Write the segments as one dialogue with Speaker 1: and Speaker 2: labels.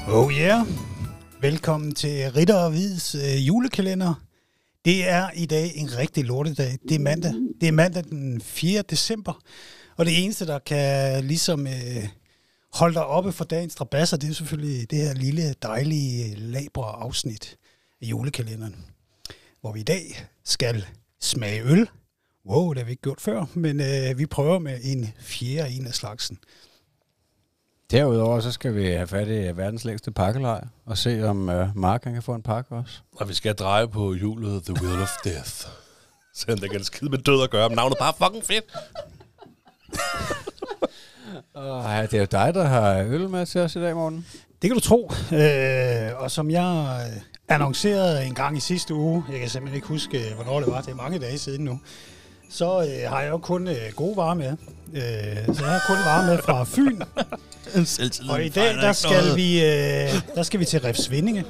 Speaker 1: Oh yeah. Velkommen til Ritter og Hvids julekalender. Det er i dag en rigtig lortedag. Det er mandag. Det er mandag den 4. december. Og det eneste, der kan ligesom holde dig oppe for dagens strabasser, det er selvfølgelig det her lille, dejlige, labre afsnit af julekalenderen. Hvor vi i dag skal smage øl. Wow, det har vi ikke gjort før, men vi prøver med en fjerde en af slagsen.
Speaker 2: Derudover så skal vi have fat i verdens længste pakkelejr og se om Mark kan få en pakke også.
Speaker 3: Og vi skal dreje på hjulet The Wheel of Death. Så der kan skide med død at gøre, men navnet er bare fucking fedt.
Speaker 2: Det er jo dig, der har øl med til os i dag, Morten.
Speaker 1: Det kan du tro. Og som jeg annoncerede en gang i sidste uge, jeg kan simpelthen ikke huske, hvornår det var, det er mange dage siden nu, så har jeg jo kun gode varer med. Så jeg har kun varer med fra Fyn. Og i dag, der skal vi til Refsvindinge.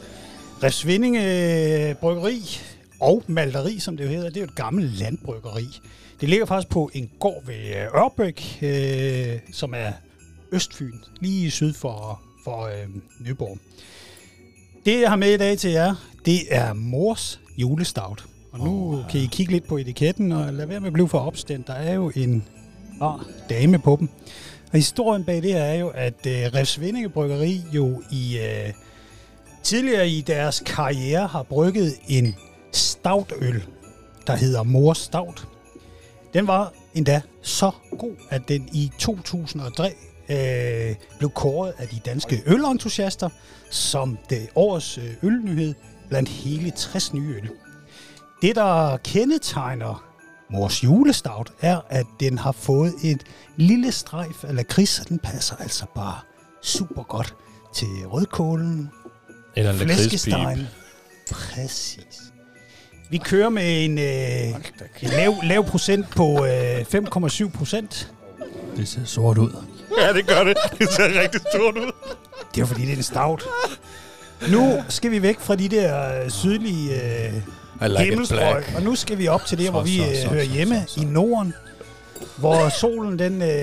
Speaker 1: Refsvindinge Bryggeri og Malteri, som det jo hedder. Det er jo et gammelt landbryggeri. Det ligger faktisk på en gård ved Ørbæk, som er Østfyn, lige syd for Nyborg. Det, jeg har med i dag til jer, det er Mors julestout. Og nu kan I kigge lidt på etiketten og lade være med at blive for opstemt. Der er jo en dame på dem. Og historien bag det er jo, at Refsvindinge Bryggeri jo tidligere i deres karriere har brygget en stoutøl, der hedder Mors Stout. Den var endda så god, at den i 2003 blev kåret af de danske ølentusiaster som det årets ølnyhed blandt hele 60 nye øl. Det, der kendetegner Mors julestout, er, at den har fået et lille strejf af lakrids, og den passer altså bare super godt til rødkålen, flæskestegen. Præcis. Vi kører med en lav procent på 5,7%.
Speaker 4: Det ser sort ud.
Speaker 3: Ja, det gør det. Det ser rigtig stort ud.
Speaker 1: Det er jo fordi, det er en stout. Nu skal vi væk fra de der sydlige himmelstrøg, og nu skal vi op til det, hvor vi hører hjemme i Norden, hvor solen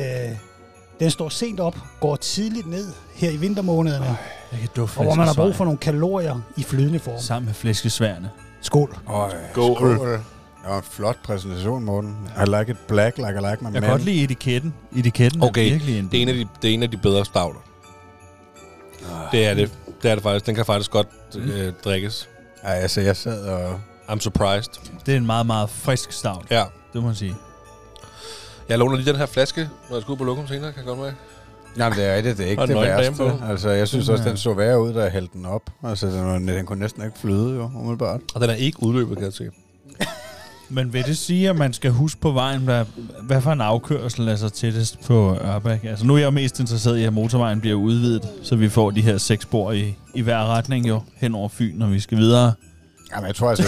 Speaker 1: den står sent op, går tidligt ned her i vintermånederne,
Speaker 4: og
Speaker 1: hvor man har brug for nogle kalorier i flydende form.
Speaker 4: Sammen med flæskesværne.
Speaker 1: Skål.
Speaker 2: Skål. Det var en flot præsentation, Morten. I like it black, like I like my man.
Speaker 4: Jeg kan godt lide etiketten. Etiketten
Speaker 3: okay,
Speaker 4: er virkelig
Speaker 3: det er en af de bedre stouter. Det er det. Det er det faktisk. Den kan faktisk godt drikkes.
Speaker 2: Ja, altså jeg sad og...
Speaker 3: I'm surprised.
Speaker 4: Det er en meget, meget frisk stout.
Speaker 3: Ja.
Speaker 4: Det må man sige.
Speaker 3: Jeg låner lige den her flaske, når jeg skal ud på lokum senere. Kan jeg godt med?
Speaker 2: Jamen det er ikke det værste. Altså jeg synes også, den så værre ud, da jeg hældte den op. Altså den kunne næsten ikke flyde jo, umiddelbart.
Speaker 3: Og den er ikke udløbet, kan jeg se.
Speaker 4: Men vil det sige, at man skal huske på vejen, hvad for en afkørsel er så tættest på Ørbæk? Altså nu er jeg mest interesseret i, at motorvejen bliver udvidet, så vi får de her 6 spor i hver retning jo hen over Fyn, når vi skal videre.
Speaker 2: Jamen jeg tror altså,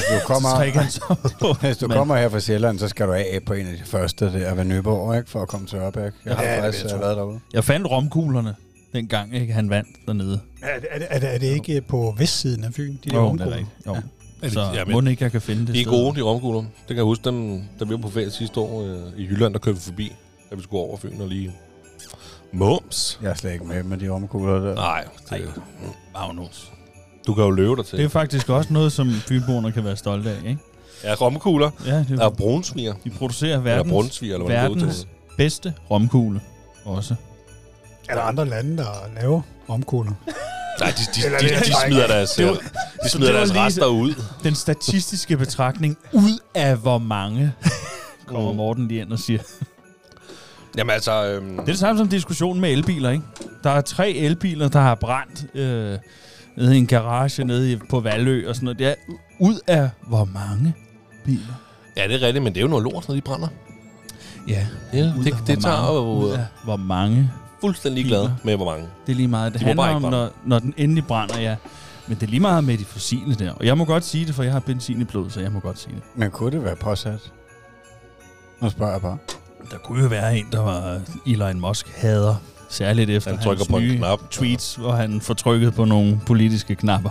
Speaker 2: hvis du kommer her fra Sjælland, så skal du af på en af de første der ved Nyborg, ikke, for at komme til Ørbæk. Jeg har faktisk været derude.
Speaker 4: Jeg fandt romkuglerne dengang, ikke, han vandt dernede.
Speaker 1: Er det ikke på vestsiden af Fyn?
Speaker 4: De der romkugler? Det er rigtigt. Jo. Ja. Så må ikke, jeg kan finde det.
Speaker 3: De er gode, de romkugler. Det kan jeg huske, dem, da vi var på ferie sidste år i Jylland, der kørte vi forbi, da vi skulle over Fyn og lige... Mums!
Speaker 2: Jeg er slet ikke med de romkugler der.
Speaker 3: Nej.
Speaker 4: Magnus.
Speaker 3: Du kan jo løbe dig til.
Speaker 4: Det er faktisk også noget, som fynboerne kan være stolte af, ikke?
Speaker 3: Ja, romkugler.
Speaker 4: Ja,
Speaker 3: der er brunsviger.
Speaker 4: De producerer verdens bedste romkugle også.
Speaker 1: Er der andre lande, der laver romkugler?
Speaker 3: Nej, de smider deres rester ud.
Speaker 4: Den statistiske betragtning ud af hvor mange, kommer Morten lige ind og siger.
Speaker 3: Jamen altså...
Speaker 4: Det er det samme som diskussionen med elbiler, ikke? Der er 3 elbiler, der har brændt nede i en garage nede på Valø og sådan noget. Det er ud af hvor mange biler?
Speaker 3: Ja, det er rigtigt, men det er jo noget lort, når de brænder.
Speaker 4: Ja.
Speaker 3: Det tager jo...
Speaker 4: Hvor mange?
Speaker 3: Fuldstændig glad med, hvor mange.
Speaker 4: Det er lige meget. Det handler om, når den endelig brænder, ja. Men det er lige meget med de fossile der. Og jeg må godt sige det, for jeg har benzin i blodet, så jeg må godt sige det.
Speaker 2: Men kunne det være påsat? Nu spørger jeg bare.
Speaker 4: Der kunne jo være en, der var Elon Musk hader. Særligt efter hans nye knap. Tweets, hvor han får trykket på nogle politiske knapper.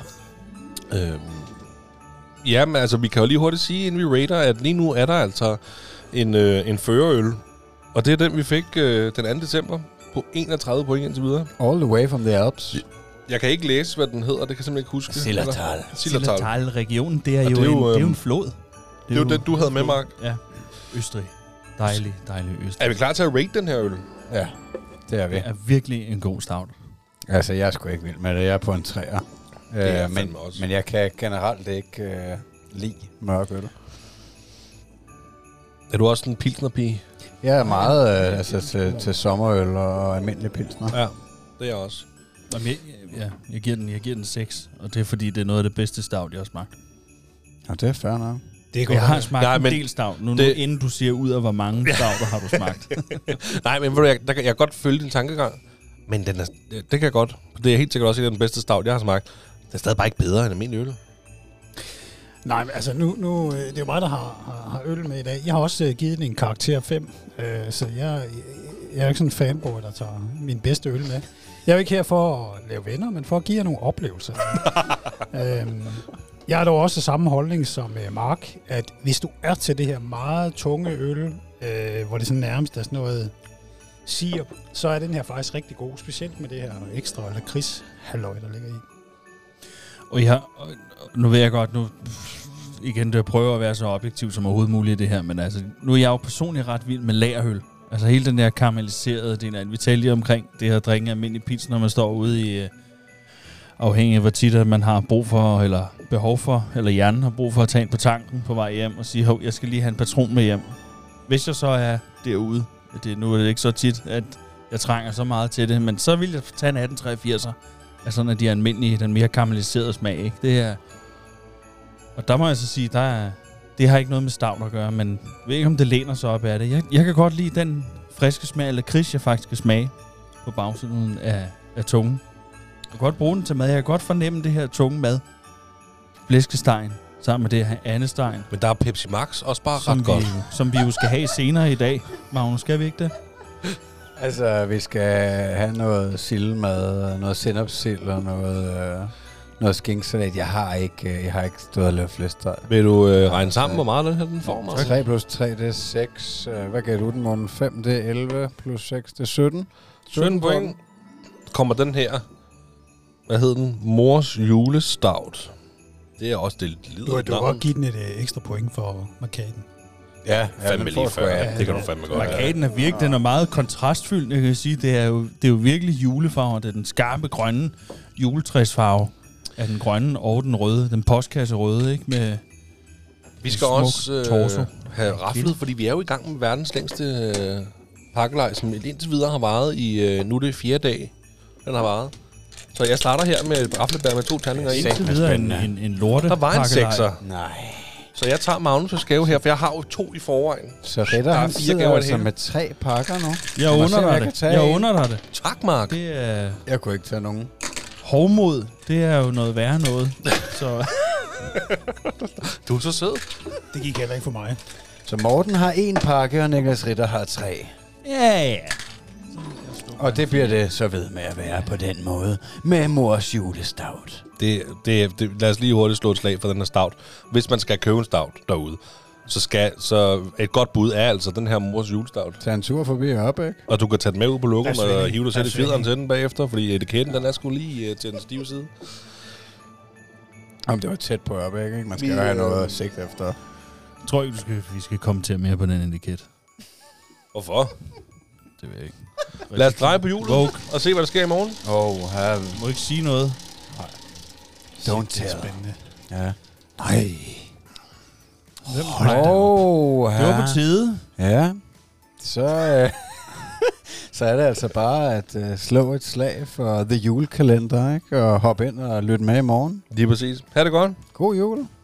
Speaker 3: Jamen, altså, vi kan jo lige hurtigt sige, inden vi rater, at lige nu er der altså en førerøl. Og det er den, vi fik den 2. december på 31 point indtil videre.
Speaker 2: All the way from the Alps.
Speaker 3: Jeg kan ikke læse, hvad den hedder. Det kan jeg simpelthen ikke huske.
Speaker 4: Zillertal-regionen, det er jo en flod.
Speaker 3: Det er jo den, du havde med, Mark.
Speaker 4: Ja. Østrig. Dejlig Østrig.
Speaker 3: Er vi klar til at rate den her øl?
Speaker 2: Ja, det er vi.
Speaker 4: Det er virkelig en god stout.
Speaker 2: Altså, jeg er sgu ikke vild med det. Jeg er på en 3'er. Men jeg kan generelt ikke lide mørk øl.
Speaker 3: Er du også en pilsnerpige?
Speaker 2: Jeg er meget til sommerøl og almindelig pilsner.
Speaker 3: Ja, det er jeg også.
Speaker 4: Jeg giver den 6, og det er fordi, det er noget af det bedste stout, jeg har smagt.
Speaker 2: Og det er fair nok.
Speaker 4: Jeg har smagt en del stout. Nu inden du siger ud af, hvor mange stouter har du smagt.
Speaker 3: Nej, men jeg kan godt følge din tankegang. Men det kan jeg godt. Det er helt sikkert også den bedste stout, jeg har smagt. Det er stadig bare ikke bedre end almindelig øl.
Speaker 1: Nej, men altså nu det er jo mig, der har øl med i dag. Jeg har også givet den en karakter 5, så jeg er ikke sådan en fanboy, der tager min bedste øl med. Jeg er ikke her for at lave venner, men for at give jer nogle oplevelser. Jeg har dog også samme holdning som Mark, at hvis du er til det her meget tunge øl, hvor det sådan nærmest er sådan noget sirup, så er den her faktisk rigtig god, specielt med det her ekstra lakrids-halløj, der ligger i.
Speaker 4: Og nu ved jeg godt, igen, det prøver at være så objektiv som overhovedet muligt i det her, men altså, nu er jeg jo personligt ret vild med lagerøl. Altså hele den der karamelliserede del, vi talte lige omkring det her drikke almindelig pizza, når man står ude i, afhængig af hvor tit man har brug for, eller behov for, eller hjernen har brug for at tage ind på tanken på vej hjem og sige, hov, jeg skal lige have en patron med hjem. Hvis jeg så er derude, nu er det ikke så tit, at jeg trænger så meget til det, men så vil jeg tage en 1883'er, altså når de er almindelige, den mere karamelliserede smag, ikke? Det er, og der må jeg så sige, det har ikke noget med stout at gøre, men jeg ved ikke, om det læner sig op af det. Jeg kan godt lide den friske smag, eller lakrids, jeg faktisk kan smage på bagsiden af tungen. Jeg kan godt bruge den til mad. Jeg kan godt fornemme det her tunge mad. Flæskestegen sammen med det her andestegen.
Speaker 3: Men der er Pepsi Max også bare ret godt.
Speaker 4: Som vi jo skal have senere i dag. Magnus, skal vi ikke det?
Speaker 2: Altså, vi skal have noget sildemad, noget sennepsild og noget skinksalat. Jeg har ikke stået og lavet flæskesteg.
Speaker 3: Vil du regne sammen, hvor meget den får?
Speaker 2: 3 plus 3, det er 6. Hvad gav du den, Morten? 5, det er 11 plus 6, det er 17.
Speaker 3: 17 point. Kommer den her. Hvad hed den? Mors julestout. Det er også det lider.
Speaker 1: Du kan godt give den et ekstra point for markaden.
Speaker 2: Ja,
Speaker 3: fandme lige for. Ja, det kan du fandme godt.
Speaker 4: Markaden er virkelig, den er meget kontrastfyldt. Jeg kan sige, det er jo virkelig julefarver. Det er den skarpe grønne juletræsfarve af den grønne og den røde, den postkasse røde, ikke? Med
Speaker 3: vi skal også have raflet, fordi vi er jo i gang med verdens længste pakkelej, som indtil videre har varet i nu er det 4 dage. Den har varet. Så jeg starter her med et raflebær med 2 terninger.
Speaker 4: Indtil videre en lorte.
Speaker 3: Der var en 6'er.
Speaker 2: Nej.
Speaker 3: Så jeg tager Magnus' gave her, for jeg har jo 2 i forvejen.
Speaker 2: Så Ritter, han sidder altså med 3 pakker nu.
Speaker 4: Jeg under dig det.
Speaker 3: Tak, Mark.
Speaker 4: Det er...
Speaker 2: Jeg kunne ikke tage nogen.
Speaker 4: Hovmod, det er jo noget værre noget. Så...
Speaker 3: Du er så sød.
Speaker 1: Det gik heller ikke for mig.
Speaker 2: Så Morten har 1 pakke, og Niklas Ritter har 3.
Speaker 4: Ja.
Speaker 2: Og det bliver det så ved med at være på den måde. Med mors julestout.
Speaker 3: Lad os lige hurtigt slå et slag for den her stout. Hvis man skal købe en stout derude, så et godt bud er altså den her mors julestout.
Speaker 2: Tag en tur forbi heroppe, ikke?
Speaker 3: Og du kan tage den med ud på lokum og hive dig selv i fjederen til den bagefter, fordi etiketten den er sgu lige til den stive side.
Speaker 2: Jamen, det var tæt på heroppe, ikke? Man skal jo have noget at sigte efter.
Speaker 4: Jeg tror ikke, vi skal kommentere mere på den etiket.
Speaker 3: Hvorfor?
Speaker 4: Det ved jeg ikke.
Speaker 3: Lad os dreje på hjulet og se, hvad der sker i morgen.
Speaker 4: Må ikke sige noget.
Speaker 2: Nej. Don't tell.
Speaker 1: Spændende.
Speaker 2: Ja.
Speaker 1: Nej.
Speaker 4: Det var på tide.
Speaker 2: Ja. Så er det altså bare at slå et slag for The Julekalender, ikke? Og hoppe ind og lytte med i morgen.
Speaker 3: Lige præcis. Ha' det godt.
Speaker 2: God jul.